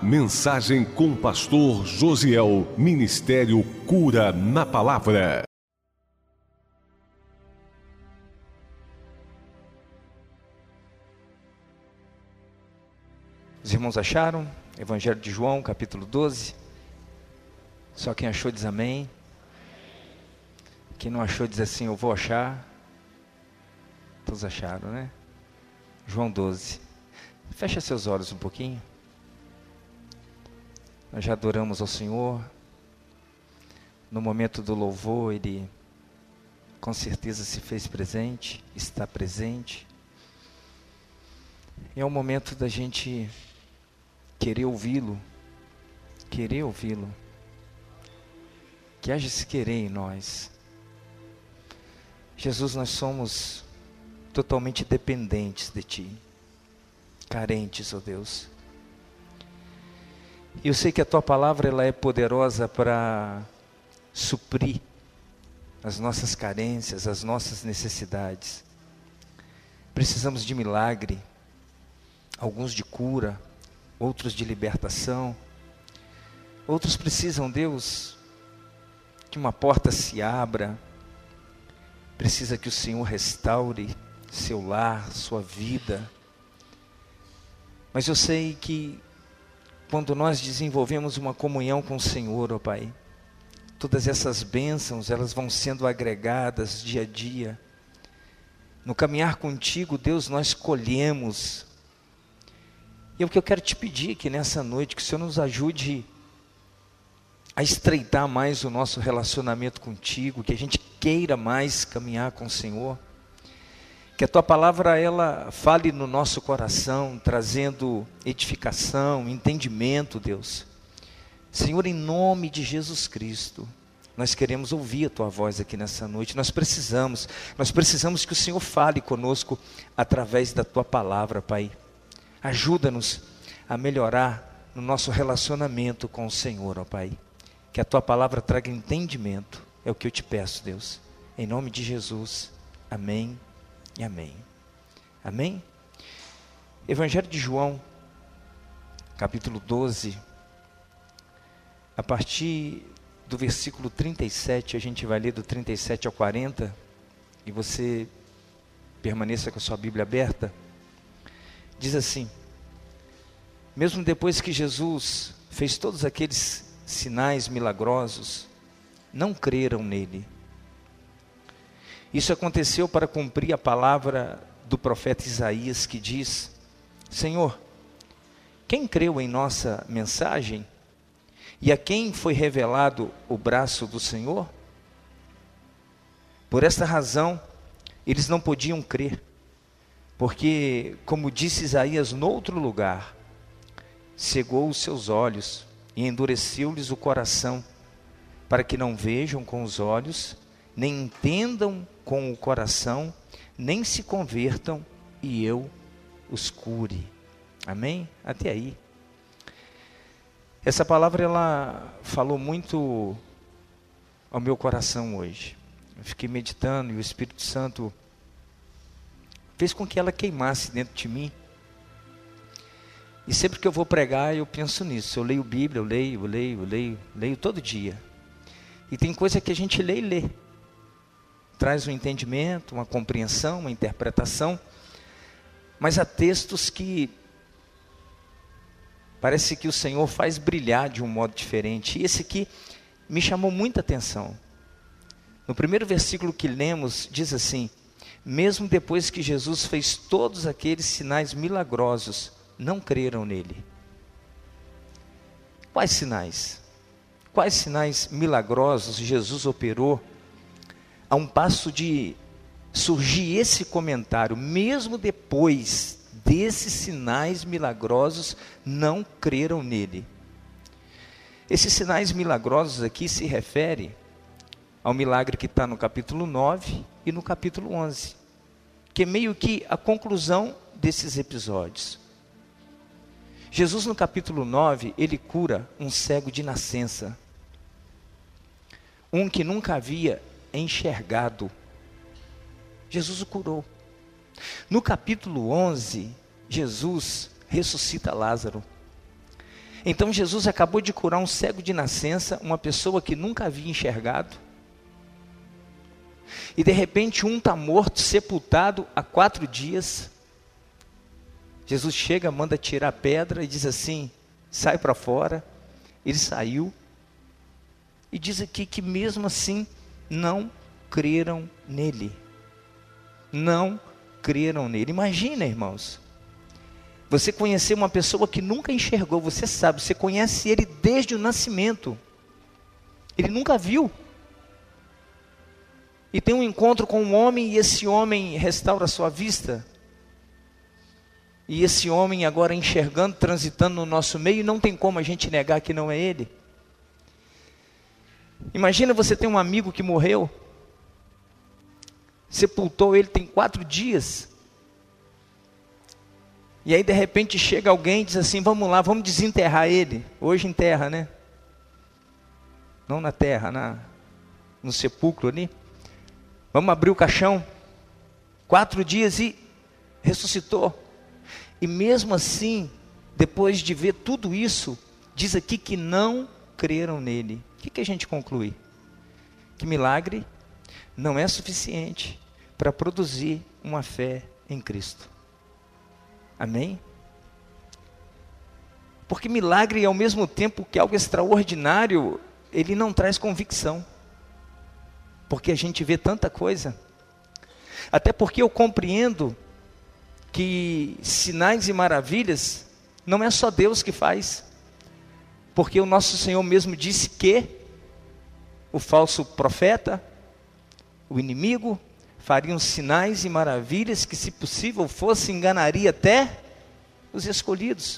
Mensagem com o pastor Josiel, Ministério Cura na Palavra. Os irmãos acharam? Evangelho de João, capítulo 12. Só quem achou diz amém. Quem não achou diz assim, eu vou achar. Todos acharam, né? João 12. Fecha seus olhos um pouquinho. Nós já adoramos ao Senhor. No momento do louvor, Ele com certeza se fez presente, está presente. E é o momento da gente querer ouvi-lo. Querer ouvi-lo. Que haja esse querer em nós. Jesus, nós somos totalmente dependentes de Ti. Carentes, ó Deus. E eu sei que a Tua palavra ela é poderosa para suprir as nossas carências, as nossas necessidades. Precisamos de milagre, alguns de cura, outros de libertação. Outros precisam, Deus, que uma porta se abra. Precisa que o Senhor restaure seu lar, sua vida. Mas eu sei que quando nós desenvolvemos uma comunhão com o Senhor, ó Pai, todas essas bênçãos, elas vão sendo agregadas dia a dia. No caminhar contigo, Deus, nós colhemos. E é o que eu quero te pedir aqui nessa noite, que o Senhor nos ajude a estreitar mais o nosso relacionamento contigo, que a gente queira mais caminhar com o Senhor. Que a Tua palavra, ela fale no nosso coração, trazendo edificação, entendimento, Deus. Senhor, em nome de Jesus Cristo, nós queremos ouvir a Tua voz aqui nessa noite. Nós precisamos que o Senhor fale conosco através da Tua palavra, Pai. Ajuda-nos a melhorar no nosso relacionamento com o Senhor, ó Pai. Que a Tua palavra traga entendimento, é o que eu te peço, Deus. Em nome de Jesus, amém e amém. Amém? Evangelho de João, capítulo 12, a partir do versículo 37, a gente vai ler do 37 ao 40, e você permaneça com a sua Bíblia aberta. Diz assim: mesmo depois que Jesus fez todos aqueles sinais milagrosos, não creram nele. Isso aconteceu para cumprir a palavra do profeta Isaías, que diz: Senhor, quem creu em nossa mensagem? E a quem foi revelado o braço do Senhor? Por esta razão, eles não podiam crer, porque, como disse Isaías noutro lugar, cegou os seus olhos e endureceu-lhes o coração, para que não vejam com os olhos, nem entendam com o coração, nem se convertam e eu os cure. Amém? Até aí. Essa palavra, ela falou muito ao meu coração hoje. Eu fiquei meditando e o Espírito Santo fez com que ela queimasse dentro de mim. E sempre que eu vou pregar, eu penso nisso. Eu leio Bíblia, eu leio todo dia. E tem coisa que a gente lê e lê. Traz um entendimento, uma compreensão, uma interpretação. Mas há textos que parece que o Senhor faz brilhar de um modo diferente. E esse aqui me chamou muita atenção. No primeiro versículo que lemos, diz assim: mesmo depois que Jesus fez todos aqueles sinais milagrosos, não creram nele. Quais sinais? Quais sinais milagrosos Jesus operou a um passo de surgir esse comentário? Mesmo depois desses sinais milagrosos, não creram nele. Esses sinais milagrosos aqui se refere ao milagre que está no capítulo 9 e no capítulo 11, que é meio que a conclusão desses episódios. Jesus, no capítulo 9, ele cura um cego de nascença, um que nunca havia enxergado. Jesus o curou. No capítulo 11, Jesus ressuscita Lázaro. Então Jesus acabou de curar um cego de nascença, uma pessoa que nunca havia enxergado. E de repente um está morto, sepultado há 4 dias. Jesus chega, manda tirar a pedra e diz assim, sai para fora. Ele saiu. E diz aqui que mesmo assim não creram nele. Não creram nele. Imagina, irmãos. Você conhecer uma pessoa que nunca enxergou, você sabe, você conhece ele desde o nascimento. Ele nunca viu. E tem um encontro com um homem e esse homem restaura a sua vista. E esse homem agora enxergando, transitando no nosso meio, não tem como a gente negar que não é ele. Imagina você ter um amigo que morreu, sepultou ele tem 4 dias. E aí de repente chega alguém e diz assim, vamos lá, vamos desenterrar ele. Hoje enterra, né? Não na terra, no sepulcro ali. Vamos abrir o caixão. 4 dias e ressuscitou. E mesmo assim, depois de ver tudo isso, diz aqui que não creram nele. O que a gente conclui? Que milagre não é suficiente para produzir uma fé em Cristo. Amém? Porque milagre, ao mesmo tempo que algo extraordinário, ele não traz convicção. Porque a gente vê tanta coisa. Até porque eu compreendo que sinais e maravilhas não é só Deus que faz. Porque o nosso Senhor mesmo disse que o falso profeta, o inimigo, fariam sinais e maravilhas que, se possível fosse, enganaria até os escolhidos.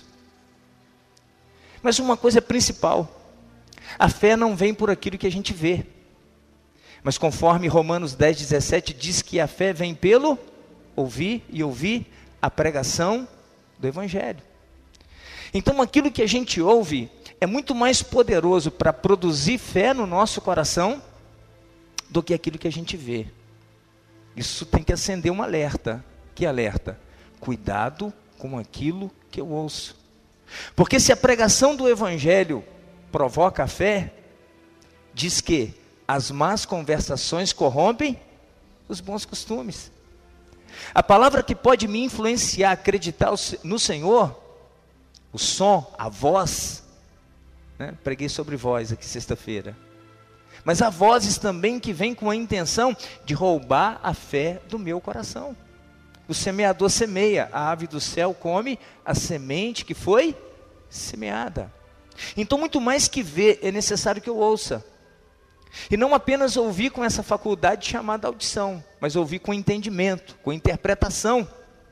Mas uma coisa principal, a fé não vem por aquilo que a gente vê. Mas conforme Romanos 10:17 diz que a fé vem pelo ouvir e ouvir a pregação do Evangelho. Então aquilo que a gente ouve é muito mais poderoso para produzir fé no nosso coração do que aquilo que a gente vê. Isso tem que acender um alerta. Que alerta? Cuidado com aquilo que eu ouço. Porque se a pregação do Evangelho provoca a fé, diz que as más conversações corrompem os bons costumes. A palavra que pode me influenciar a acreditar no Senhor, o som, a voz, né? Preguei sobre voz aqui sexta-feira. Mas há vozes também que vêm com a intenção de roubar a fé do meu coração. O semeador semeia, a ave do céu come a semente que foi semeada. Então, muito mais que ver, é necessário que eu ouça. E não apenas ouvir com essa faculdade chamada audição, mas ouvir com entendimento, com interpretação.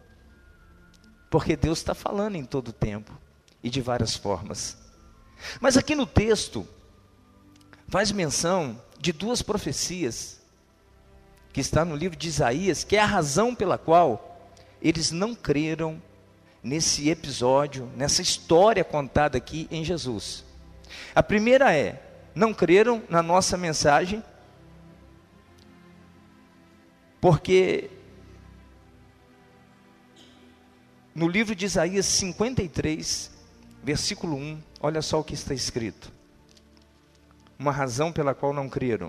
Porque Deus está falando em todo o tempo e de várias formas. Mas aqui no texto, faz menção de 2 profecias, que está no livro de Isaías, que é a razão pela qual eles não creram nesse episódio, nessa história contada aqui em Jesus. A primeira é, não creram na nossa mensagem, porque no livro de Isaías 53, versículo 1, olha só o que está escrito. Uma razão pela qual não creram.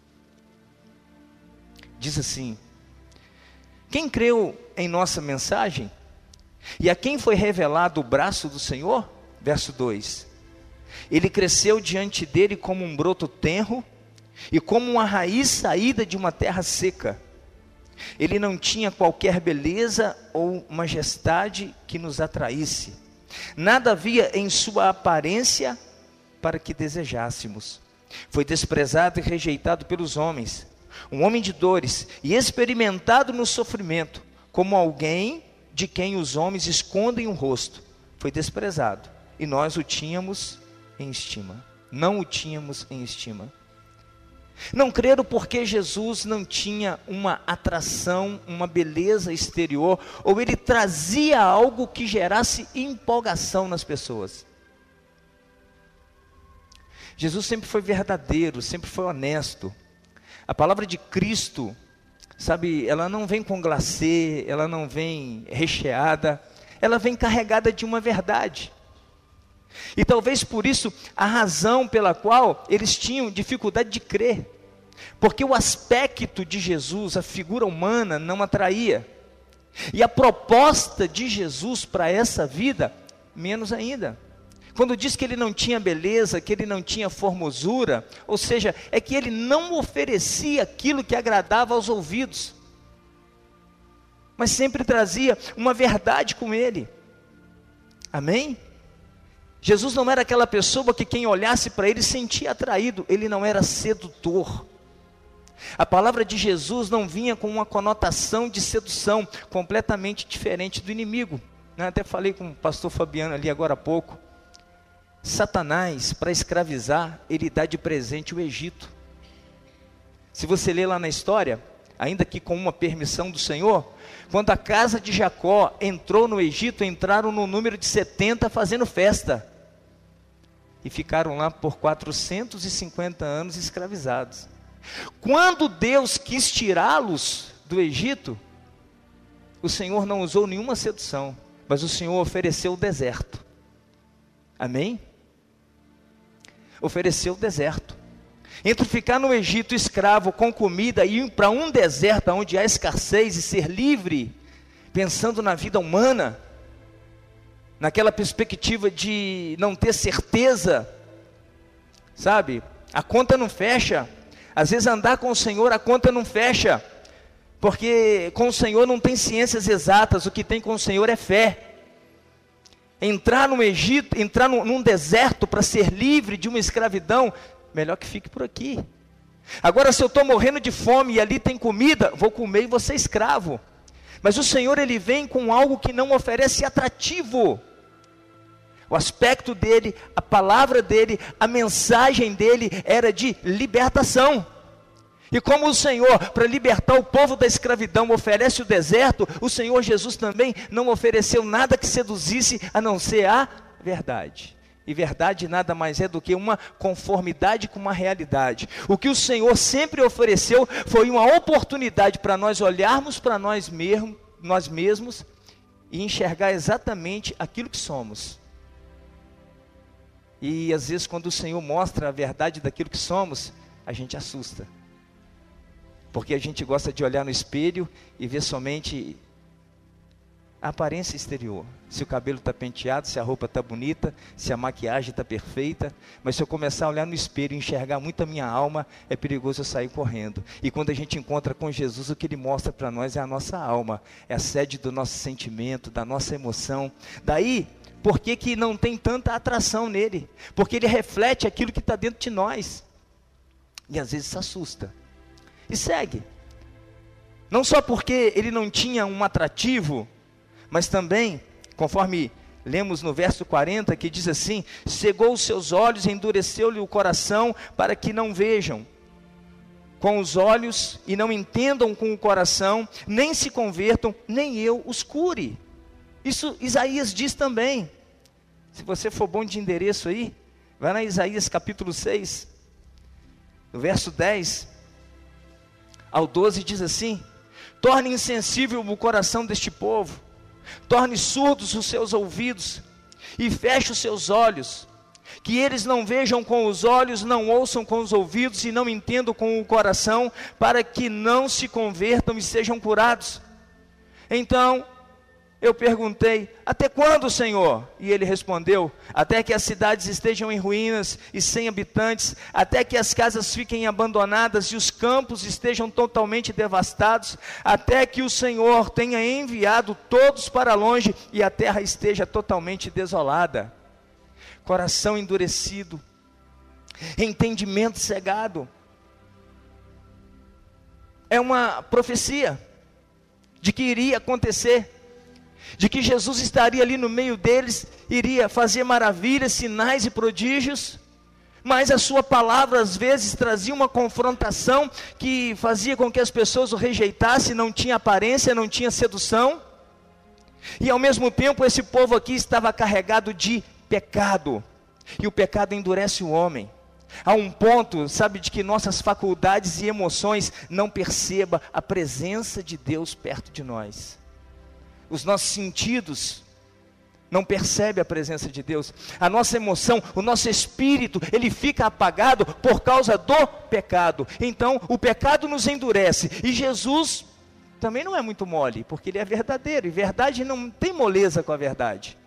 Diz assim: quem creu em nossa mensagem? E a quem foi revelado o braço do Senhor? Verso 2. Ele cresceu diante dele como um broto tenro e como uma raiz saída de uma terra seca. Ele não tinha qualquer beleza ou majestade que nos atraísse. Nada havia em sua aparência para que desejássemos. Foi desprezado e rejeitado pelos homens, um homem de dores e experimentado no sofrimento, como alguém de quem os homens escondem o rosto. Foi desprezado e nós o tínhamos em estima. Não o tínhamos em estima. Não creram porque Jesus não tinha uma atração, uma beleza exterior, ou ele trazia algo que gerasse empolgação nas pessoas. Jesus sempre foi verdadeiro, sempre foi honesto. A palavra de Cristo, sabe, ela não vem com glacê, ela não vem recheada, ela vem carregada de uma verdade. E talvez por isso a razão pela qual eles tinham dificuldade de crer. Porque o aspecto de Jesus, a figura humana, não atraía. E a proposta de Jesus para essa vida, menos ainda. Quando diz que ele não tinha beleza, que ele não tinha formosura, ou seja, é que ele não oferecia aquilo que agradava aos ouvidos, mas sempre trazia uma verdade com ele. Amém? Jesus não era aquela pessoa que quem olhasse para ele sentia atraído, ele não era sedutor. A palavra de Jesus não vinha com uma conotação de sedução, completamente diferente do inimigo. Eu até falei com o pastor Fabiano ali agora há pouco. Satanás, para escravizar, ele dá de presente o Egito. Se você ler lá na história, ainda que com uma permissão do Senhor, quando a casa de Jacó entrou no Egito, entraram no número de 70 fazendo festa. E ficaram lá por 450 anos escravizados. Quando Deus quis tirá-los do Egito, o Senhor não usou nenhuma sedução, mas o Senhor ofereceu o deserto. Amém? Ofereceu o deserto. Entre ficar no Egito escravo com comida e ir para um deserto onde há escassez e ser livre, pensando na vida humana, naquela perspectiva de não ter certeza, sabe? A conta não fecha. Às vezes andar com o Senhor a conta não fecha, porque com o Senhor não tem ciências exatas, o que tem com o Senhor é fé. Entrar no Egito, entrar num deserto para ser livre de uma escravidão, melhor que fique por aqui. Agora, se eu estou morrendo de fome e ali tem comida, vou comer e vou ser escravo. Mas o Senhor, ele vem com algo que não oferece atrativo. O aspecto dele, a palavra dele, a mensagem dele era de libertação. E como o Senhor, para libertar o povo da escravidão, oferece o deserto, o Senhor Jesus também não ofereceu nada que seduzisse a não ser a verdade. E verdade nada mais é do que uma conformidade com uma realidade. O que o Senhor sempre ofereceu foi uma oportunidade para nós olharmos para nós mesmos e enxergar exatamente aquilo que somos. E às vezes quando o Senhor mostra a verdade daquilo que somos, a gente assusta. Porque a gente gosta de olhar no espelho e ver somente a aparência exterior. Se o cabelo está penteado, se a roupa está bonita, se a maquiagem está perfeita. Mas se eu começar a olhar no espelho e enxergar muito a minha alma, é perigoso eu sair correndo. E quando a gente encontra com Jesus, o que Ele mostra para nós é a nossa alma. É a sede do nosso sentimento, da nossa emoção. Daí, por que não tem tanta atração nele? Porque ele reflete aquilo que está dentro de nós. E às vezes se assusta. E segue. Não só porque ele não tinha um atrativo, mas também, conforme lemos no verso 40, que diz assim: cegou os seus olhos e endureceu-lhe o coração, para que não vejam com os olhos e não entendam com o coração, nem se convertam, nem eu os cure. Isso Isaías diz também. Se você for bom de endereço aí, vai na Isaías capítulo 6, no verso 10 ao 12, diz assim: torne insensível o coração deste povo, torne surdos os seus ouvidos, e feche os seus olhos, que eles não vejam com os olhos, não ouçam com os ouvidos, e não entendam com o coração, para que não se convertam e sejam curados. Então eu perguntei: até quando, Senhor? E ele respondeu: até que as cidades estejam em ruínas e sem habitantes, até que as casas fiquem abandonadas e os campos estejam totalmente devastados, até que o Senhor tenha enviado todos para longe e a terra esteja totalmente desolada. Coração endurecido, entendimento cegado. É uma profecia de que iria acontecer, de que Jesus estaria ali no meio deles, iria fazer maravilhas, sinais e prodígios, mas a sua palavra às vezes trazia uma confrontação que fazia com que as pessoas o rejeitassem, não tinha aparência, não tinha sedução, e ao mesmo tempo esse povo aqui estava carregado de pecado, e o pecado endurece o homem, a um ponto, sabe, de que nossas faculdades e emoções não percebam a presença de Deus perto de nós. Os nossos sentidos não percebe a presença de Deus. A nossa emoção, o nosso espírito, ele fica apagado por causa do pecado. Então, o pecado nos endurece. E Jesus também não é muito mole, porque ele é verdadeiro. E verdade não tem moleza com a verdade.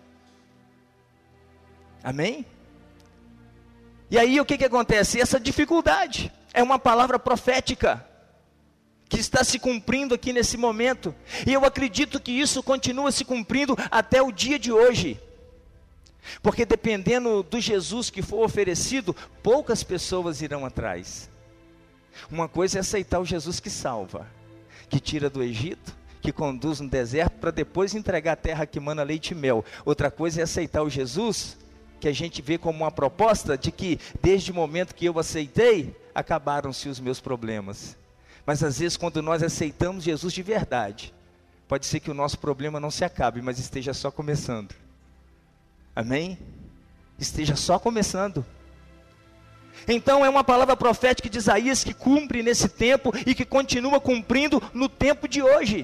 Amém? E aí o que acontece? Essa dificuldade é uma palavra profética que está se cumprindo aqui nesse momento, e eu acredito que isso continua se cumprindo até o dia de hoje, porque dependendo do Jesus que for oferecido, poucas pessoas irão atrás. Uma coisa é aceitar o Jesus que salva, que tira do Egito, que conduz no deserto, para depois entregar a terra que mana leite e mel. Outra coisa é aceitar o Jesus, que a gente vê como uma proposta de que, desde o momento que eu aceitei, acabaram-se os meus problemas. Mas às vezes quando nós aceitamos Jesus de verdade, pode ser que o nosso problema não se acabe, mas esteja só começando. Amém? Esteja só começando. Então é uma palavra profética de Isaías que cumpre nesse tempo e que continua cumprindo no tempo de hoje.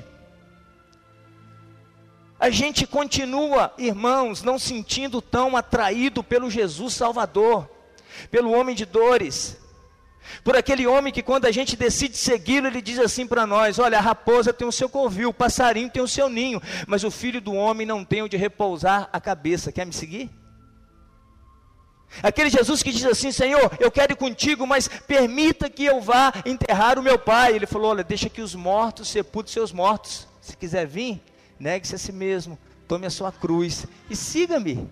A gente continua, irmãos, não sentindo tão atraído pelo Jesus Salvador, pelo homem de dores, por aquele homem que quando a gente decide segui-lo, ele diz assim para nós: olha, a raposa tem o seu covil, o passarinho tem o seu ninho, mas o filho do homem não tem onde repousar a cabeça. Quer me seguir? Aquele Jesus que diz assim: Senhor, eu quero ir contigo, mas permita que eu vá enterrar o meu pai. Ele falou: olha, deixa que os mortos sepultem seus mortos. Se quiser vir, negue-se a si mesmo, tome a sua cruz e siga-me.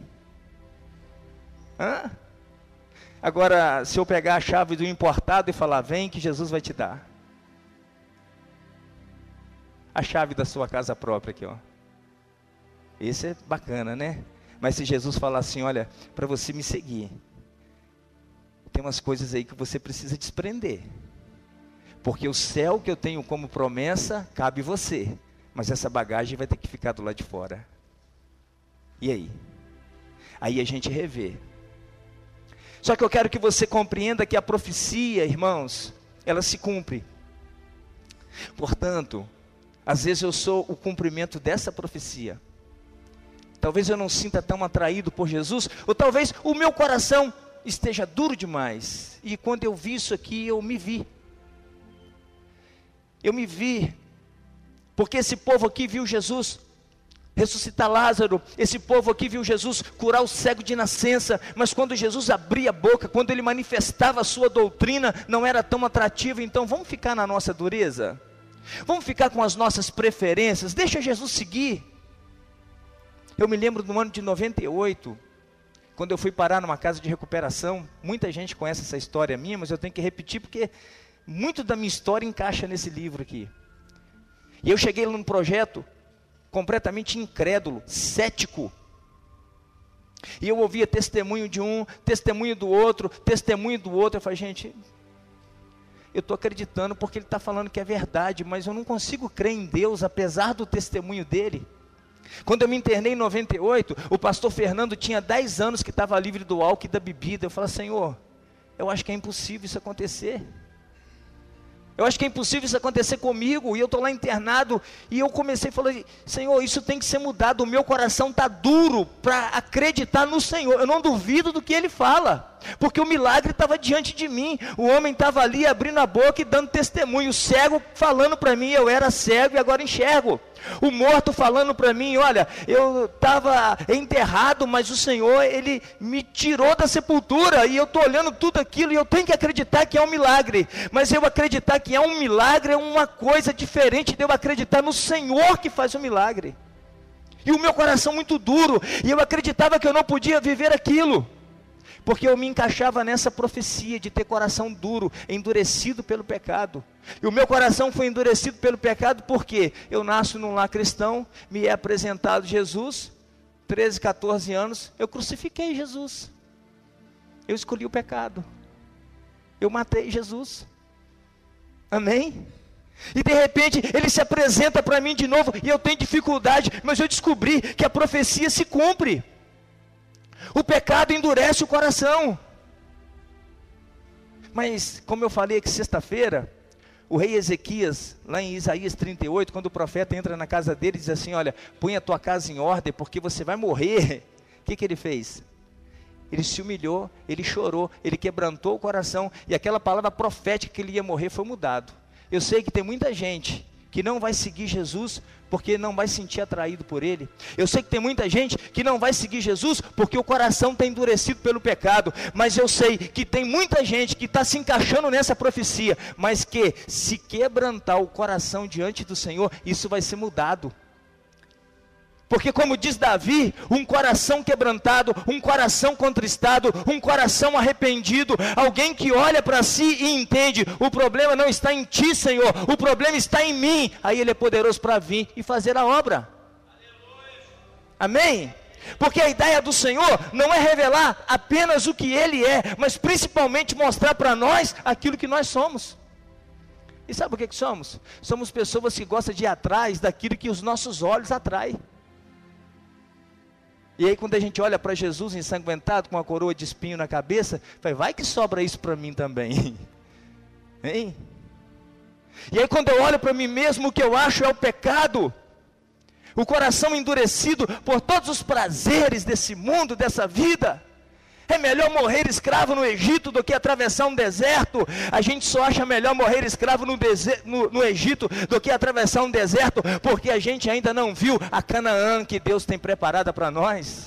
Agora, se eu pegar a chave do importado e falar: vem que Jesus vai te dar a chave da sua casa própria aqui, ó. Esse é bacana, né? Mas se Jesus falar assim: olha, para você me seguir, tem umas coisas aí que você precisa desprender, porque o céu que eu tenho como promessa, cabe você, mas essa bagagem vai ter que ficar do lado de fora. E aí? Aí a gente revê. Só que eu quero que você compreenda que a profecia, irmãos, ela se cumpre. Portanto, às vezes eu sou o cumprimento dessa profecia. Talvez eu não sinta tão atraído por Jesus, ou talvez o meu coração esteja duro demais. E quando eu vi isso aqui, eu me vi. Eu me vi, porque esse povo aqui viu Jesus ressuscitar Lázaro, esse povo aqui viu Jesus curar o cego de nascença, mas quando Jesus abria a boca, quando ele manifestava a sua doutrina, não era tão atrativo. Então vamos ficar na nossa dureza? Vamos ficar com as nossas preferências? Deixa Jesus seguir. Eu me lembro do ano de 98, quando eu fui parar numa casa de recuperação. Muita gente conhece essa história minha, mas eu tenho que repetir porque muito da minha história encaixa nesse livro aqui. E eu cheguei num projeto completamente incrédulo, cético. E eu ouvia testemunho de um, testemunho do outro, testemunho do outro. Eu falei: gente, eu estou acreditando porque ele está falando que é verdade, mas eu não consigo crer em Deus, apesar do testemunho dele. Quando eu me internei em 98, o pastor Fernando tinha 10 anos que estava livre do álcool e da bebida. Eu falei: Senhor, eu acho que é impossível isso acontecer. Eu acho que é impossível isso acontecer comigo. E eu estou lá internado. E eu comecei a falar: Senhor, isso tem que ser mudado. O meu coração está duro para acreditar no Senhor. Eu não duvido do que Ele fala, porque o milagre estava diante de mim. O homem estava ali abrindo a boca e dando testemunho. O cego falando para mim: eu era cego e agora enxergo. O morto falando para mim: olha, eu estava enterrado, mas o Senhor, Ele me tirou da sepultura. E eu estou olhando tudo aquilo e eu tenho que acreditar que é um milagre. Mas eu acreditar que é um milagre é uma coisa diferente de eu acreditar no Senhor que faz o milagre. E o meu coração muito duro, e eu acreditava que eu não podia viver aquilo, porque eu me encaixava nessa profecia de ter coração duro, endurecido pelo pecado. E o meu coração foi endurecido pelo pecado porque eu nasço num lar cristão, me é apresentado Jesus, 13, 14 anos, eu crucifiquei Jesus. Eu escolhi o pecado. Eu matei Jesus. Amém? E de repente ele se apresenta para mim de novo e eu tenho dificuldade, mas eu descobri que a profecia se cumpre. O pecado endurece o coração. Mas como eu falei aqui sexta-feira, o rei Ezequias, lá em Isaías 38, quando o profeta entra na casa dele e diz assim, olha, põe a tua casa em ordem, porque você vai morrer. O que ele fez? Ele se humilhou, ele chorou, ele quebrantou o coração, e aquela palavra profética que ele ia morrer foi mudado. Eu sei que tem muita gente que não vai seguir Jesus porque não vai se sentir atraído por Ele. Eu sei que tem muita gente que não vai seguir Jesus porque o coração está endurecido pelo pecado. Mas eu sei que tem muita gente que está se encaixando nessa profecia, mas que se quebrantar o coração diante do Senhor, isso vai ser mudado. Porque como diz Davi, um coração quebrantado, um coração contristado, um coração arrependido, alguém que olha para si e entende, o problema não está em ti, Senhor, o problema está em mim, aí Ele é poderoso para vir e fazer a obra. Amém? Porque a ideia do Senhor não é revelar apenas o que Ele é, mas principalmente mostrar para nós aquilo que nós somos. E sabe o que somos? Somos pessoas que gostam de ir atrás daquilo que os nossos olhos atraem. E aí quando a gente olha para Jesus ensanguentado, com uma coroa de espinho na cabeça, vai que sobra isso para mim também. Hein? E aí quando eu olho para mim mesmo, o que eu acho é o pecado. O coração endurecido por todos os prazeres desse mundo, dessa vida. É melhor morrer escravo no Egito do que atravessar um deserto. A gente só acha melhor morrer escravo no Egito do que atravessar um deserto, porque a gente ainda não viu a Canaã que Deus tem preparada para nós.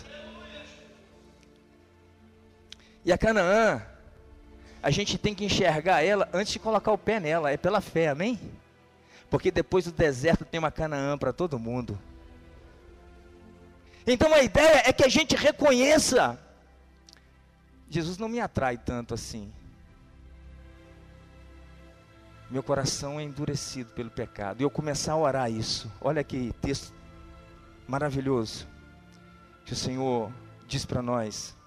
E a Canaã, a gente tem que enxergar ela antes de colocar o pé nela, é pela fé, amém? Porque depois do deserto tem uma Canaã para todo mundo. Então a ideia é que a gente reconheça, Jesus não me atrai tanto assim. Meu coração é endurecido pelo pecado. E eu começar a orar isso. Olha que texto maravilhoso que o Senhor diz para nós.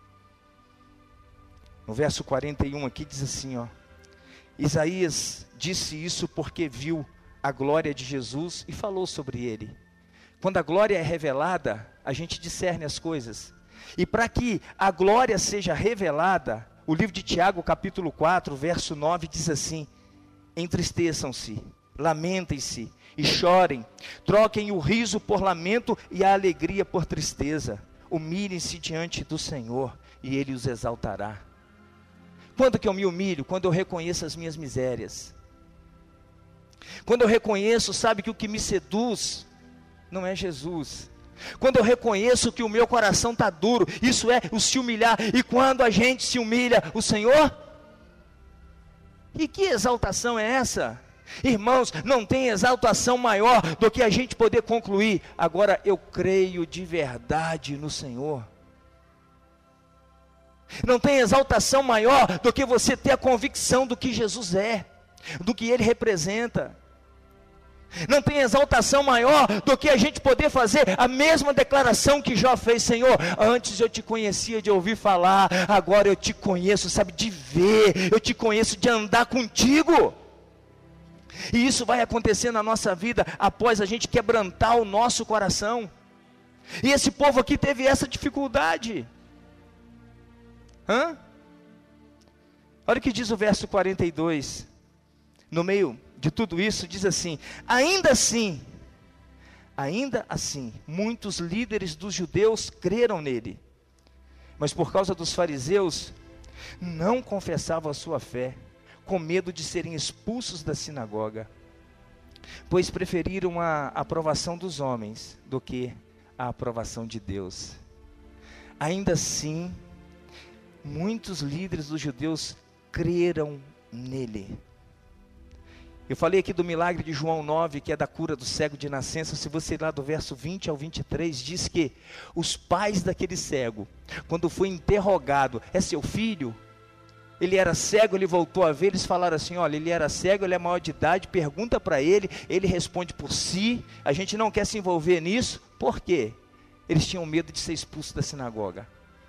No verso 41 aqui diz assim, ó: Isaías disse isso porque viu a glória de Jesus e falou sobre ele. Quando a glória é revelada, a gente discerne as coisas. E para que a glória seja revelada, o livro de Tiago, capítulo 4, verso 9, diz assim: entristeçam-se, lamentem-se e chorem, troquem o riso por lamento e a alegria por tristeza, humilhem-se diante do Senhor e Ele os exaltará. Quando que eu me humilho? Quando eu reconheço as minhas misérias. Quando eu reconheço, sabe, que o que me seduz não é Jesus. Quando eu reconheço que o meu coração está duro, isso é o se humilhar. E quando a gente se humilha, o Senhor, e que exaltação é essa? Irmãos, não tem exaltação maior do que a gente poder concluir: agora eu creio de verdade no Senhor. Não tem exaltação maior do que você ter a convicção do que Jesus é, do que Ele representa. Não tem exaltação maior do que a gente poder fazer a mesma declaração que Jó fez: Senhor, antes eu te conhecia de ouvir falar, agora eu te conheço, sabe, de ver, eu te conheço de andar contigo. E isso vai acontecer na nossa vida após a gente quebrantar o nosso coração. E esse povo aqui teve essa dificuldade. Olha o que diz o verso 42, no meio de tudo isso, diz assim: ainda assim, muitos líderes dos judeus creram nele, mas por causa dos fariseus, não confessavam a sua fé, com medo de serem expulsos da sinagoga, pois preferiram a aprovação dos homens do que a aprovação de Deus. Ainda assim, muitos líderes dos judeus creram nele. Eu falei aqui do milagre de João 9, que é da cura do cego de nascença. Se você ir lá do verso 20 ao 23, diz que os pais daquele cego, quando foi interrogado: é seu filho? Ele era cego, ele voltou a ver. Eles falaram assim: olha, ele era cego, ele é maior de idade, pergunta para ele, ele responde por si, a gente não quer se envolver nisso. Por quê? Eles tinham medo de ser expulsos da sinagoga.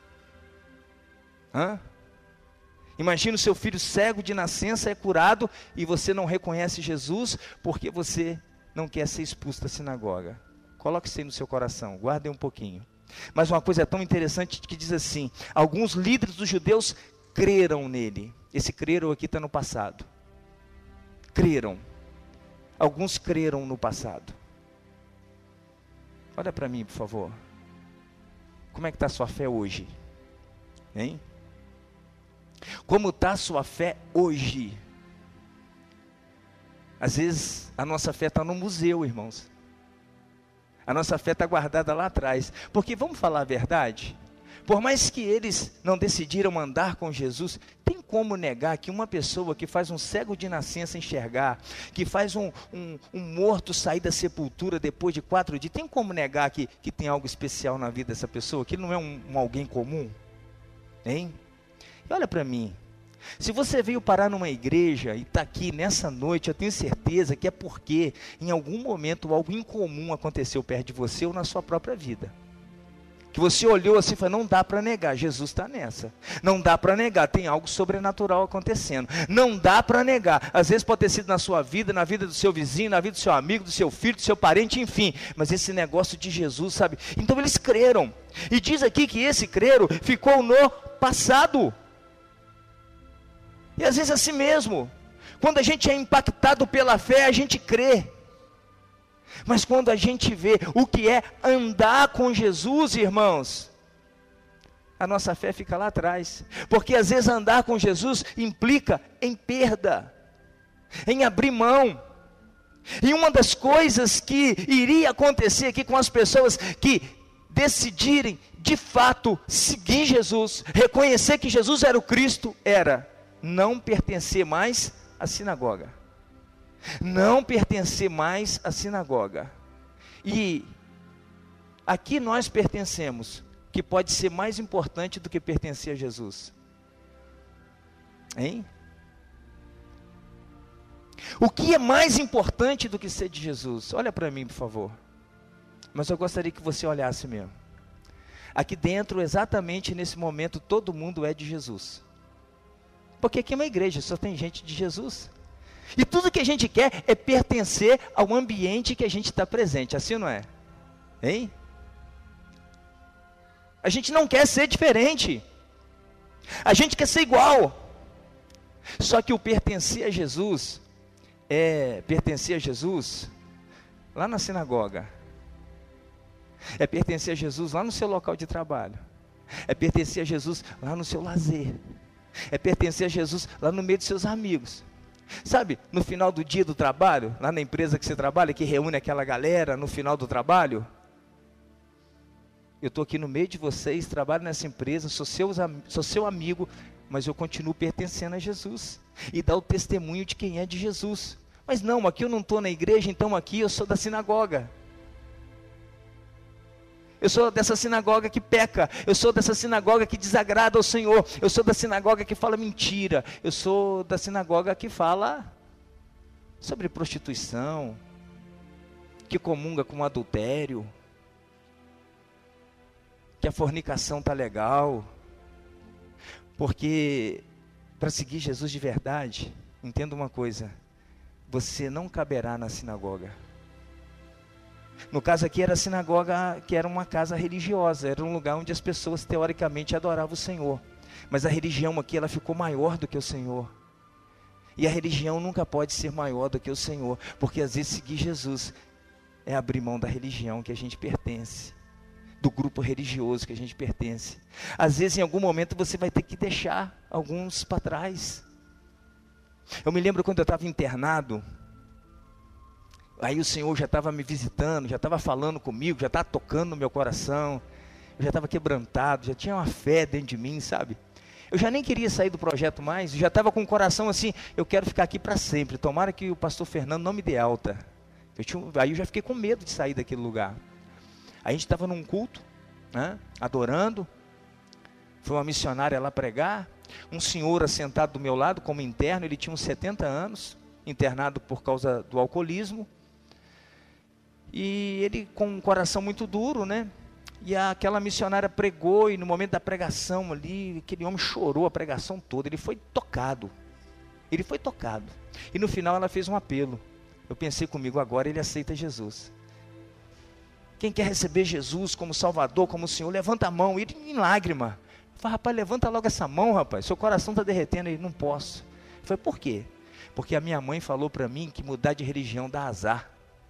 Imagina o seu filho cego de nascença é curado e você não reconhece Jesus porque você não quer ser expulso da sinagoga. Coloque isso aí no seu coração, guardem um pouquinho. Mas uma coisa tão interessante que diz assim: alguns líderes dos judeus creram nele. Esse creram aqui está no passado. creram. Alguns creram no passado. Olha para mim, por favor. Como é que está a sua fé hoje? Hein? Como está a sua fé hoje? Às vezes a nossa fé está no museu, irmãos. A nossa fé está guardada lá atrás. Porque vamos falar a verdade? Por mais que eles não decidiram andar com Jesus, tem como negar que uma pessoa que faz um cego de nascença enxergar, que faz um morto sair da sepultura depois de 4 dias, tem como negar que tem algo especial na vida dessa pessoa? Que ele não é um alguém comum? Hein? E olha para mim, se você veio parar numa igreja e está aqui nessa noite, eu tenho certeza que é porque em algum momento algo incomum aconteceu perto de você ou na sua própria vida. Que você olhou assim e falou, não dá para negar, Jesus está nessa. Não dá para negar, tem algo sobrenatural acontecendo. Não dá para negar, às vezes pode ter sido na sua vida, na vida do seu vizinho, na vida do seu amigo, do seu filho, do seu parente, enfim. Mas esse negócio de Jesus, sabe? Então eles creram. E diz aqui que esse creram ficou no passado. E às vezes assim mesmo. Quando a gente é impactado pela fé, a gente crê. Mas quando a gente vê o que é andar com Jesus, irmãos, a nossa fé fica lá atrás. Porque às vezes andar com Jesus implica em perda, em abrir mão. E uma das coisas que iria acontecer aqui com as pessoas que decidirem de fato seguir Jesus, reconhecer que Jesus era o Cristo, era não pertencer mais à sinagoga. Não pertencer mais à sinagoga. E aqui nós pertencemos, que pode ser mais importante do que pertencer a Jesus. Hein? O que é mais importante do que ser de Jesus? Olha para mim, por favor. Mas eu gostaria que você olhasse mesmo. Aqui dentro, exatamente nesse momento, todo mundo é de Jesus. Porque aqui é uma igreja, só tem gente de Jesus. E tudo que a gente quer é pertencer ao ambiente que a gente está presente, assim não é? Hein? A gente não quer ser diferente. A gente quer ser igual. Só que o pertencer a Jesus é pertencer a Jesus lá na sinagoga. É pertencer a Jesus lá no seu local de trabalho. É pertencer a Jesus lá no seu lazer. É pertencer a Jesus lá no meio dos seus amigos. Sabe, no final do dia do trabalho, lá na empresa que você trabalha, que reúne aquela galera no final do trabalho. Eu estou aqui no meio de vocês, trabalho nessa empresa, sou seu amigo, mas eu continuo pertencendo a Jesus. E dá o testemunho de quem é de Jesus. Mas não, aqui eu não estou na igreja, então aqui eu sou da sinagoga. Eu sou dessa sinagoga que peca. Eu sou dessa sinagoga que desagrada ao Senhor. Eu sou da sinagoga que fala mentira. Eu sou da sinagoga que fala sobre prostituição, que comunga com adultério, que a fornicação está legal. Porque para seguir Jesus de verdade, entenda uma coisa, você não caberá na sinagoga. No caso aqui era a sinagoga, que era uma casa religiosa, era um lugar onde as pessoas teoricamente adoravam o Senhor. Mas a religião aqui, ela ficou maior do que o Senhor. E a religião nunca pode ser maior do que o Senhor, porque às vezes seguir Jesus é abrir mão da religião que a gente pertence, do grupo religioso que a gente pertence. Às vezes em algum momento você vai ter que deixar alguns para trás. Eu me lembro quando eu estava internado, aí o Senhor já estava me visitando, já estava falando comigo, já estava tocando no meu coração, eu já estava quebrantado, já tinha uma fé dentro de mim, sabe? Eu já nem queria sair do projeto mais, já estava com o coração assim, eu quero ficar aqui para sempre, tomara que o pastor Fernando não me dê alta. Aí eu já fiquei com medo de sair daquele lugar. Aí a gente estava num culto, né, adorando, foi uma missionária lá pregar, um senhor assentado do meu lado como interno, ele tinha uns 70 anos, internado por causa do alcoolismo, e ele com um coração muito duro, né? E aquela missionária pregou, e no momento da pregação ali, aquele homem chorou a pregação toda, ele foi tocado. E no final ela fez um apelo. Eu pensei comigo, agora ele aceita Jesus. Quem quer receber Jesus como Salvador, como Senhor, levanta a mão, e em lágrima. Eu falei, rapaz, levanta logo essa mão, rapaz, seu coração está derretendo. Ele, não posso. Eu falei, por quê? Porque a minha mãe falou para mim que mudar de religião dá azar.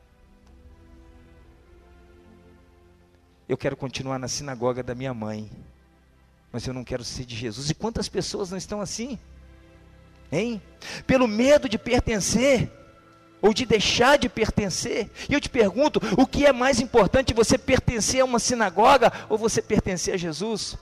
Eu quero continuar na sinagoga da minha mãe, mas eu não quero ser de Jesus. E quantas pessoas não estão assim? Hein? Pelo medo de pertencer, ou de deixar de pertencer. E eu te pergunto, o que é mais importante, você pertencer a uma sinagoga, ou você pertencer a Jesus?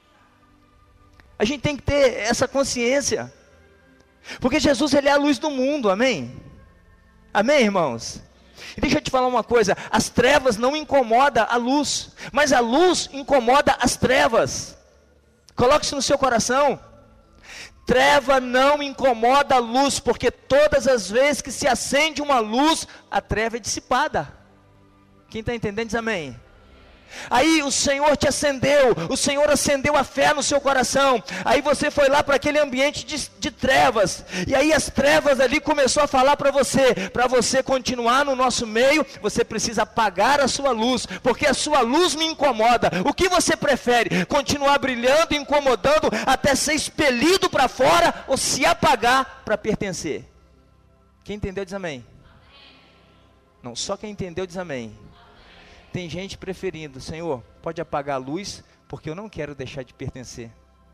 A gente tem que ter essa consciência, porque Jesus, Ele é a luz do mundo, amém? Amém, irmãos? E deixa eu te falar uma coisa, as trevas não incomodam a luz, mas a luz incomoda as trevas. Coloque isso no seu coração. Treva não incomoda a luz, porque todas as vezes que se acende uma luz, a treva é dissipada. Quem está entendendo diz amém. Aí o Senhor te acendeu, o Senhor acendeu a fé no seu coração, aí você foi lá para aquele ambiente de trevas, e aí as trevas ali começou a falar para você continuar no nosso meio, você precisa apagar a sua luz, porque a sua luz me incomoda. O que você prefere? Continuar brilhando, incomodando, até ser expelido para fora, ou se apagar para pertencer? Quem entendeu diz amém. Não, só quem entendeu diz amém. Tem gente preferindo, Senhor, pode apagar a luz, porque eu não quero deixar de pertencer.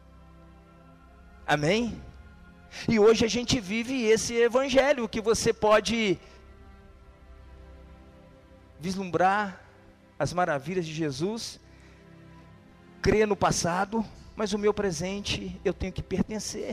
Amém? E hoje a gente vive esse evangelho, que você pode vislumbrar as maravilhas de Jesus, crer no passado, mas o meu presente eu tenho que pertencer.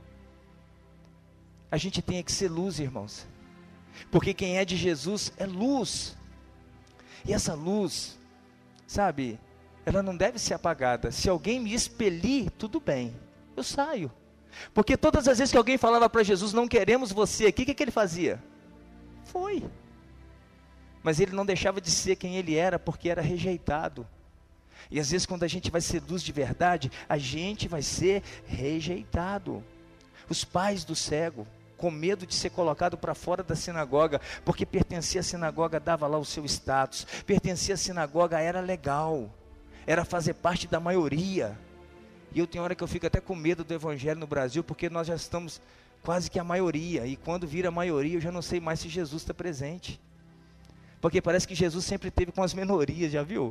A gente tem que ser luz, irmãos, porque quem é de Jesus é luz. E essa luz, sabe, ela não deve ser apagada. Se alguém me expelir, tudo bem, eu saio. Porque todas as vezes que alguém falava para Jesus, não queremos você aqui, o que ele fazia? Foi. Mas ele não deixava de ser quem ele era, porque era rejeitado. E às vezes quando a gente vai ser luz de verdade, a gente vai ser rejeitado. Os pais do cego, com medo de ser colocado para fora da sinagoga, porque pertencia à sinagoga, dava lá o seu status, pertencia à sinagoga, era legal, era fazer parte da maioria. E eu tenho hora que eu fico até com medo do evangelho no Brasil, porque nós já estamos quase que a maioria, e quando vira a maioria, eu já não sei mais se Jesus está presente, porque parece que Jesus sempre esteve com as minorias, já viu?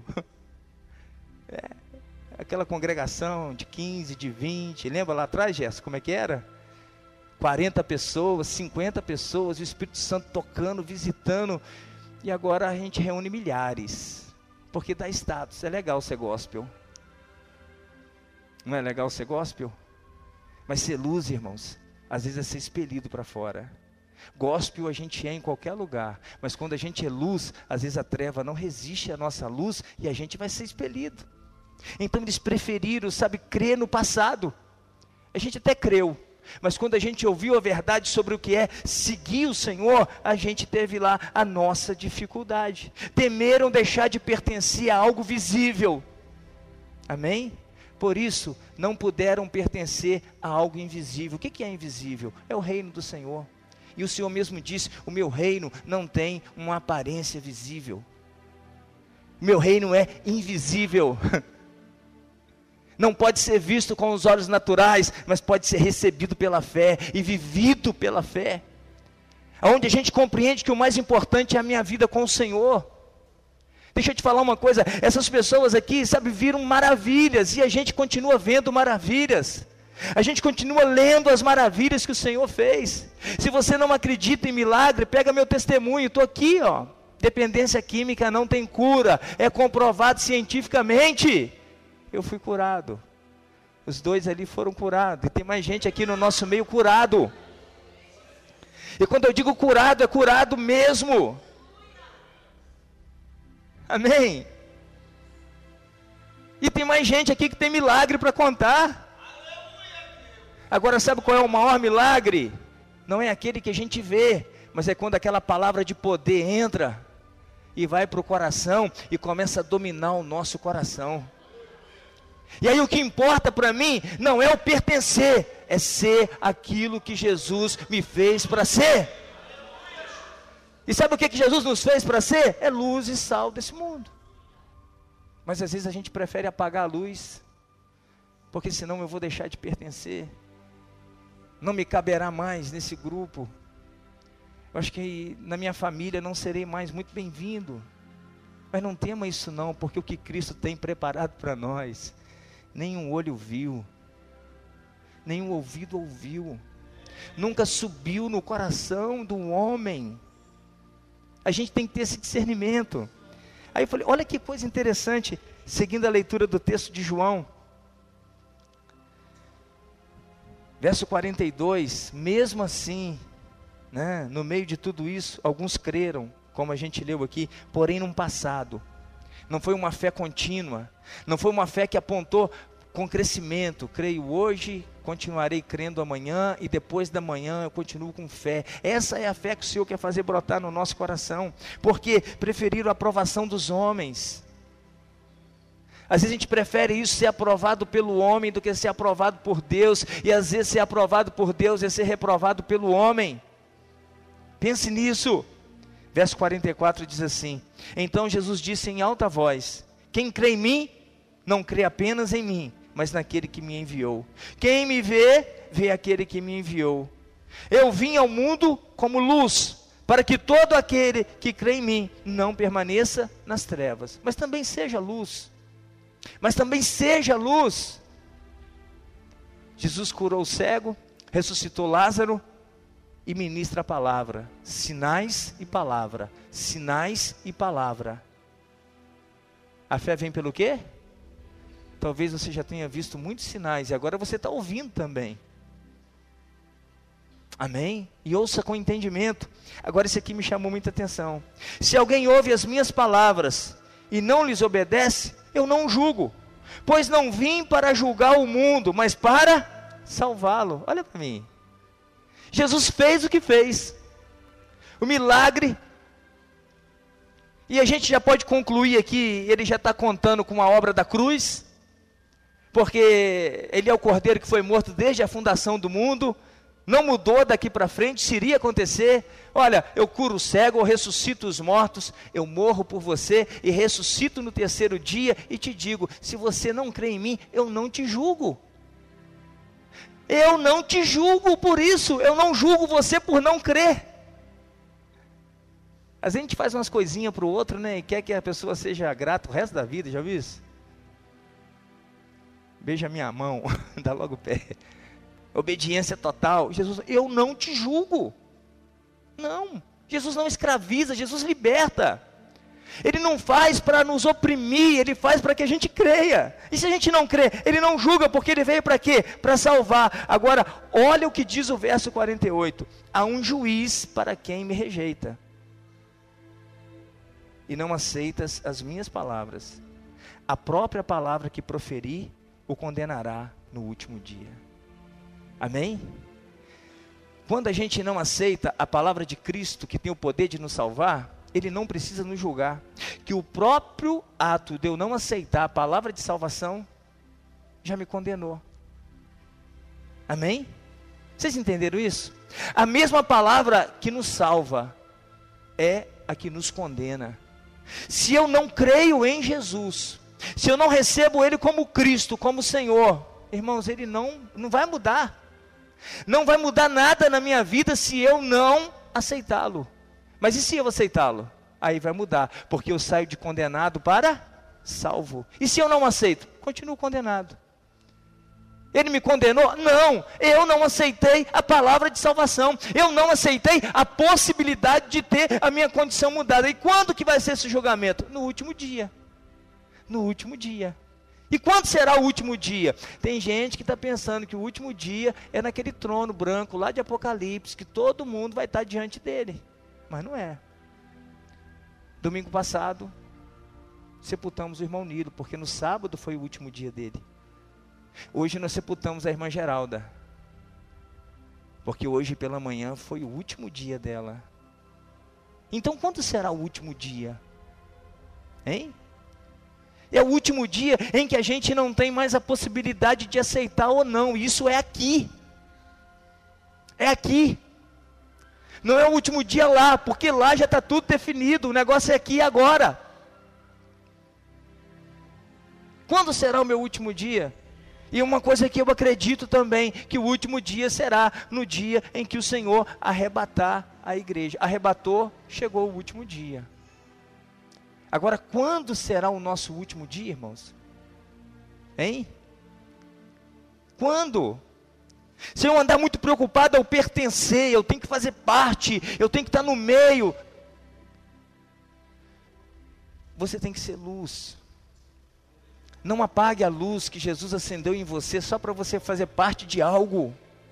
Aquela congregação de 15, de 20, lembra lá atrás, Jéssica, como é que era? 40 pessoas, 50 pessoas, o Espírito Santo tocando, visitando, e agora a gente reúne milhares, porque dá status. É legal ser gospel, não é legal ser gospel? Mas ser luz, irmãos, às vezes é ser expelido para fora. Gospel a gente é em qualquer lugar, mas quando a gente é luz, às vezes a treva não resiste à nossa luz, e a gente vai ser expelido. Então eles preferiram, sabe, crer no passado. A gente até creu, mas quando a gente ouviu a verdade sobre o que é seguir o Senhor, a gente teve lá a nossa dificuldade. Temeram deixar de pertencer a algo visível. Amém? Por isso, não puderam pertencer a algo invisível. O que é invisível? É o reino do Senhor. E o Senhor mesmo disse, o meu reino não tem uma aparência visível. O meu reino é invisível. Não pode ser visto com os olhos naturais, mas pode ser recebido pela fé e vivido pela fé. Onde a gente compreende que o mais importante é a minha vida com o Senhor. Deixa eu te falar uma coisa, essas pessoas aqui, sabe, viram maravilhas, e a gente continua vendo maravilhas. A gente continua lendo as maravilhas que o Senhor fez. Se você não acredita em milagre, pega meu testemunho, estou aqui, ó. Dependência química não tem cura, é comprovado cientificamente. Eu fui curado, os dois ali foram curados, e tem mais gente aqui no nosso meio curado. E quando eu digo curado, é curado mesmo. Amém? E tem mais gente aqui que tem milagre para contar. Agora sabe qual é o maior milagre? Não é aquele que a gente vê, mas é quando aquela palavra de poder entra e vai para o coração e começa a dominar o nosso coração. E aí o que importa para mim não é o pertencer, é ser aquilo que Jesus me fez para ser. E sabe o que Jesus nos fez para ser? É luz e sal desse mundo. Mas às vezes a gente prefere apagar a luz, porque senão eu vou deixar de pertencer. não me caberá mais nesse grupo. Eu acho que na minha família não serei mais muito bem-vindo. Mas não tema isso não, porque o que Cristo tem preparado para nós, nenhum olho viu, nenhum ouvido ouviu, nunca subiu no coração do homem. A gente tem que ter esse discernimento. Aí eu falei, olha que coisa interessante, seguindo a leitura do texto de João, verso 42, mesmo assim, né, no meio de tudo isso, alguns creram, como a gente leu aqui, porém num passado. Não foi uma fé contínua, não foi uma fé que apontou com crescimento. Creio hoje, continuarei crendo amanhã, e depois da manhã eu continuo com fé. Essa é a fé que o Senhor quer fazer brotar no nosso coração, porque preferiram a aprovação dos homens. Às vezes a gente prefere isso, ser aprovado pelo homem, do que ser aprovado por Deus, e às vezes ser aprovado por Deus é ser reprovado pelo homem. Pense nisso. Verso 44 diz assim: então Jesus disse em alta voz: quem crê em mim, não crê apenas em mim, mas naquele que me enviou. Quem me vê, vê aquele que me enviou. Eu vim ao mundo como luz, para que todo aquele que crê em mim não permaneça nas trevas, mas também seja luz. Mas também seja luz. Jesus curou o cego, ressuscitou Lázaro e ministra a palavra. Sinais e palavra. Sinais e palavra. A fé vem pelo quê? Talvez você já tenha visto muitos sinais e agora você está ouvindo também. Amém? E ouça com entendimento. Agora esse aqui me chamou muita atenção. Se alguém ouve as minhas palavras e não lhes obedece, eu não julgo, pois não vim para julgar o mundo, mas para salvá-lo. Olha para mim. Jesus fez o que fez, o milagre, e a gente já pode concluir aqui, ele já está contando com a obra da cruz, porque ele é o cordeiro que foi morto desde a fundação do mundo, não mudou daqui para frente, se iria acontecer. Olha, eu curo o cego, eu ressuscito os mortos, eu morro por você e ressuscito no terceiro dia, e te digo, se você não crê em mim, eu não te julgo. Eu não te julgo por isso, eu não julgo você por não crer. Às vezes a gente faz umas coisinhas para o outro, né, e quer que a pessoa seja grata o resto da vida, já viu isso? Beija minha mão, dá logo o pé. Obediência total. Jesus, eu não te julgo. Não, Jesus não escraviza, Jesus liberta. Ele não faz para nos oprimir, ele faz para que a gente creia. E se a gente não crê, ele não julga, porque ele veio para quê? Para salvar. Agora, olha o que diz o verso 48. Há um juiz para quem me rejeita e não aceitas as minhas palavras. A própria palavra que proferi o condenará no último dia. Amém? Quando a gente não aceita a palavra de Cristo, que tem o poder de nos salvar, ele não precisa nos julgar, que o próprio ato de eu não aceitar a palavra de salvação, já me condenou. Amém? Vocês entenderam isso? A mesma palavra que nos salva, é a que nos condena. Se eu não creio em Jesus, se eu não recebo Ele como Cristo, como Senhor, irmãos, Ele não vai mudar. Não vai mudar nada na minha vida se eu não aceitá-lo. Mas e se eu aceitá-lo? Aí vai mudar, porque eu saio de condenado para salvo. E se eu não aceito? Continuo condenado. Ele me condenou? Não, eu não aceitei a palavra de salvação. Eu não aceitei a possibilidade de ter a minha condição mudada. E quando que vai ser esse julgamento? No último dia. No último dia. E quando será o último dia? Tem gente que está pensando que o último dia é naquele trono branco lá de Apocalipse, que todo mundo vai estar diante dele. Mas não é. Domingo passado, sepultamos o irmão Nilo, porque no sábado foi o último dia dele. Hoje nós sepultamos a irmã Geralda, porque hoje pela manhã foi o último dia dela. Então quando será o último dia? Hein? É o último dia em que a gente não tem mais a possibilidade de aceitar ou não. Isso é aqui. É aqui. Não é o último dia lá, porque lá já está tudo definido. O negócio é aqui e agora. Quando será o meu último dia? E uma coisa que eu acredito também, que o último dia será no dia em que o Senhor arrebatar a igreja. Arrebatou, chegou o último dia. Agora, quando será o nosso último dia, irmãos? Hein? Quando? Se eu andar muito preocupado ao pertencer, eu tenho que fazer parte, eu tenho que estar no meio. Você tem que ser luz. Não apague a luz que Jesus acendeu em você só para você fazer parte de algo.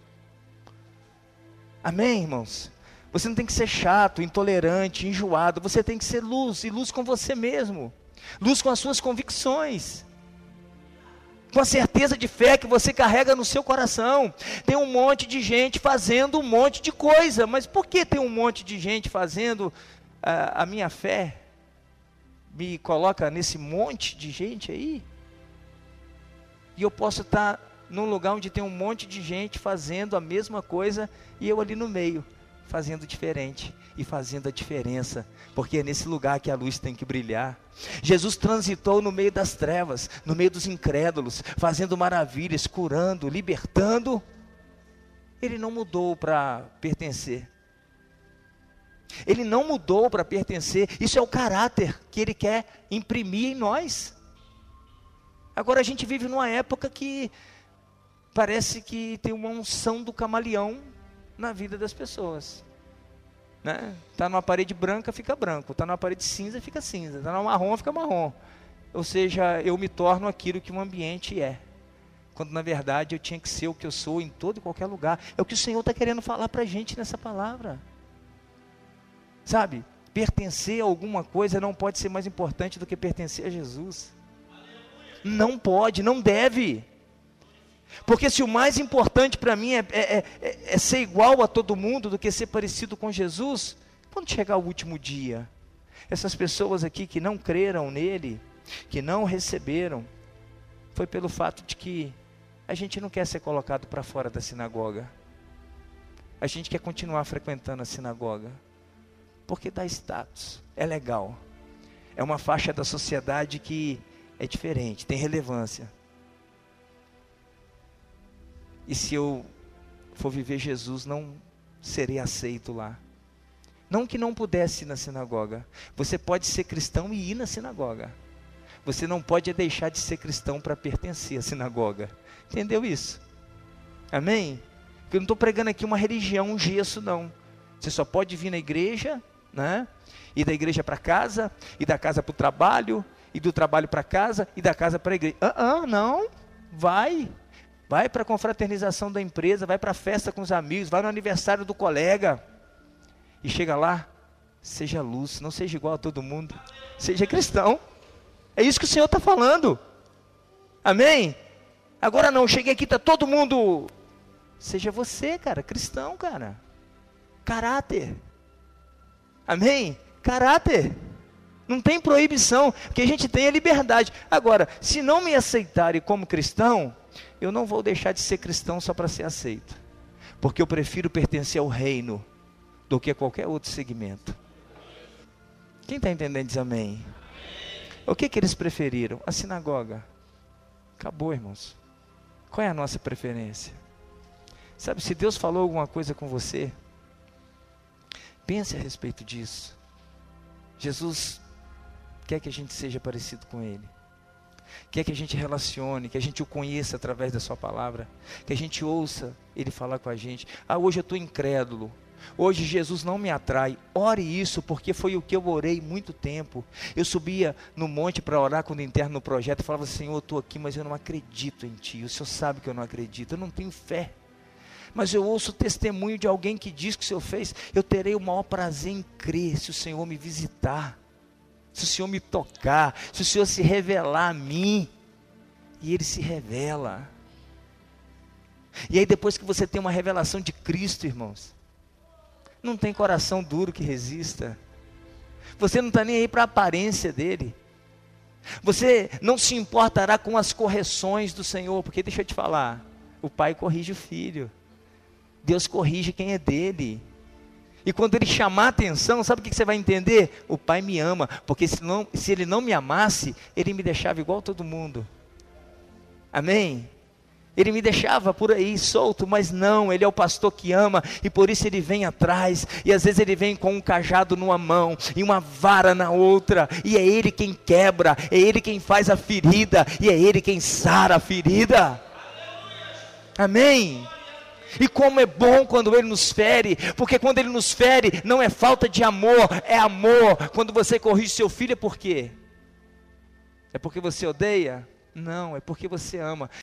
Amém, irmãos? Você não tem que ser chato, intolerante, enjoado. Você tem que ser luz, e luz com você mesmo. Luz com as suas convicções. Com a certeza de fé que você carrega no seu coração. Tem um monte de gente fazendo um monte de coisa. Mas por que tem um monte de gente fazendo a minha fé? Me coloca nesse monte de gente aí? E eu posso estar num lugar onde tem um monte de gente fazendo a mesma coisa, e eu ali no meio, fazendo diferente e fazendo a diferença, porque é nesse lugar que a luz tem que brilhar. Jesus transitou no meio das trevas, no meio dos incrédulos, fazendo maravilhas, curando, libertando. Ele não mudou para pertencer. Ele não mudou para pertencer. Isso é o caráter que Ele quer imprimir em nós. Agora a gente vive numa época que parece que tem uma unção do camaleão na vida das pessoas, né? Está numa parede branca, fica branco. Está numa parede cinza, fica cinza. Está numa marrom, fica marrom. Ou seja, eu me torno aquilo que o ambiente é, quando na verdade eu tinha que ser o que eu sou em todo e qualquer lugar. É o que o Senhor está querendo falar para a gente nessa palavra. Sabe, pertencer a alguma coisa não pode ser mais importante do que pertencer a Jesus. Não pode, não deve. Porque se o mais importante para mim é ser igual a todo mundo do que ser parecido com Jesus, quando chegar o último dia, essas pessoas aqui que não creram nele, que não receberam, foi pelo fato de que a gente não quer ser colocado para fora da sinagoga. A gente quer continuar frequentando a sinagoga, porque dá status, é legal. É uma faixa da sociedade que é diferente, tem relevância. E se eu for viver Jesus, não serei aceito lá. Não que não pudesse ir na sinagoga. Você pode ser cristão e ir na sinagoga. Você não pode deixar de ser cristão para pertencer à sinagoga. Entendeu isso? Amém? Porque eu não estou pregando aqui uma religião, um gesso, não. Você só pode vir na igreja, né? Ir da igreja para casa, ir da casa para o trabalho, ir do trabalho para casa, e da casa para a igreja. Não. Vai para a confraternização da empresa, vai para a festa com os amigos, vai no aniversário do colega. E chega lá, seja luz, não seja igual a todo mundo. Seja cristão. É isso que o Senhor está falando. Amém? Agora não, cheguei aqui, está todo mundo. Seja você, cara, cristão, cara. Caráter. Amém? Caráter. Não tem proibição, o que a gente tem é liberdade. Agora, se não me aceitarem como cristão, eu não vou deixar de ser cristão só para ser aceito. Porque eu prefiro pertencer ao reino do que a qualquer outro segmento. Quem está entendendo diz amém. O que eles preferiram? A sinagoga. Acabou, irmãos. Qual é a nossa preferência? Sabe, se Deus falou alguma coisa com você, pense a respeito disso. Jesus quer que a gente seja parecido com Ele. Quer que a gente relacione, que a gente o conheça através da sua palavra. Que a gente ouça Ele falar com a gente. Hoje eu estou incrédulo. Hoje Jesus não me atrai. Ore isso, porque foi o que eu orei muito tempo. Eu subia no monte para orar quando interno no projeto. E falava, Senhor, eu estou aqui, mas eu não acredito em Ti. O Senhor sabe que eu não acredito. Eu não tenho fé. Mas eu ouço o testemunho de alguém que diz que o Senhor fez. Eu terei o maior prazer em crer se o Senhor me visitar. Se o Senhor me tocar, se o Senhor se revelar a mim. E Ele se revela. E aí depois que você tem uma revelação de Cristo, irmãos, não tem coração duro que resista. Você não está nem aí para a aparência dEle. Você não se importará com as correções do Senhor, porque deixa eu te falar, o pai corrige o filho. Deus corrige quem é dele. E quando Ele chamar a atenção, sabe o que você vai entender? O Pai me ama, porque se Ele não me amasse, Ele me deixava igual a todo mundo. Amém? Ele me deixava por aí solto, mas não, Ele é o pastor que ama, e por isso Ele vem atrás, e às vezes Ele vem com um cajado numa mão, e uma vara na outra, e é Ele quem quebra, é Ele quem faz a ferida, e é Ele quem sara a ferida. Amém? E como é bom quando Ele nos fere, porque quando Ele nos fere, não é falta de amor, é amor. Quando você corrige seu filho, é por quê? É porque você odeia? Não, é porque você ama.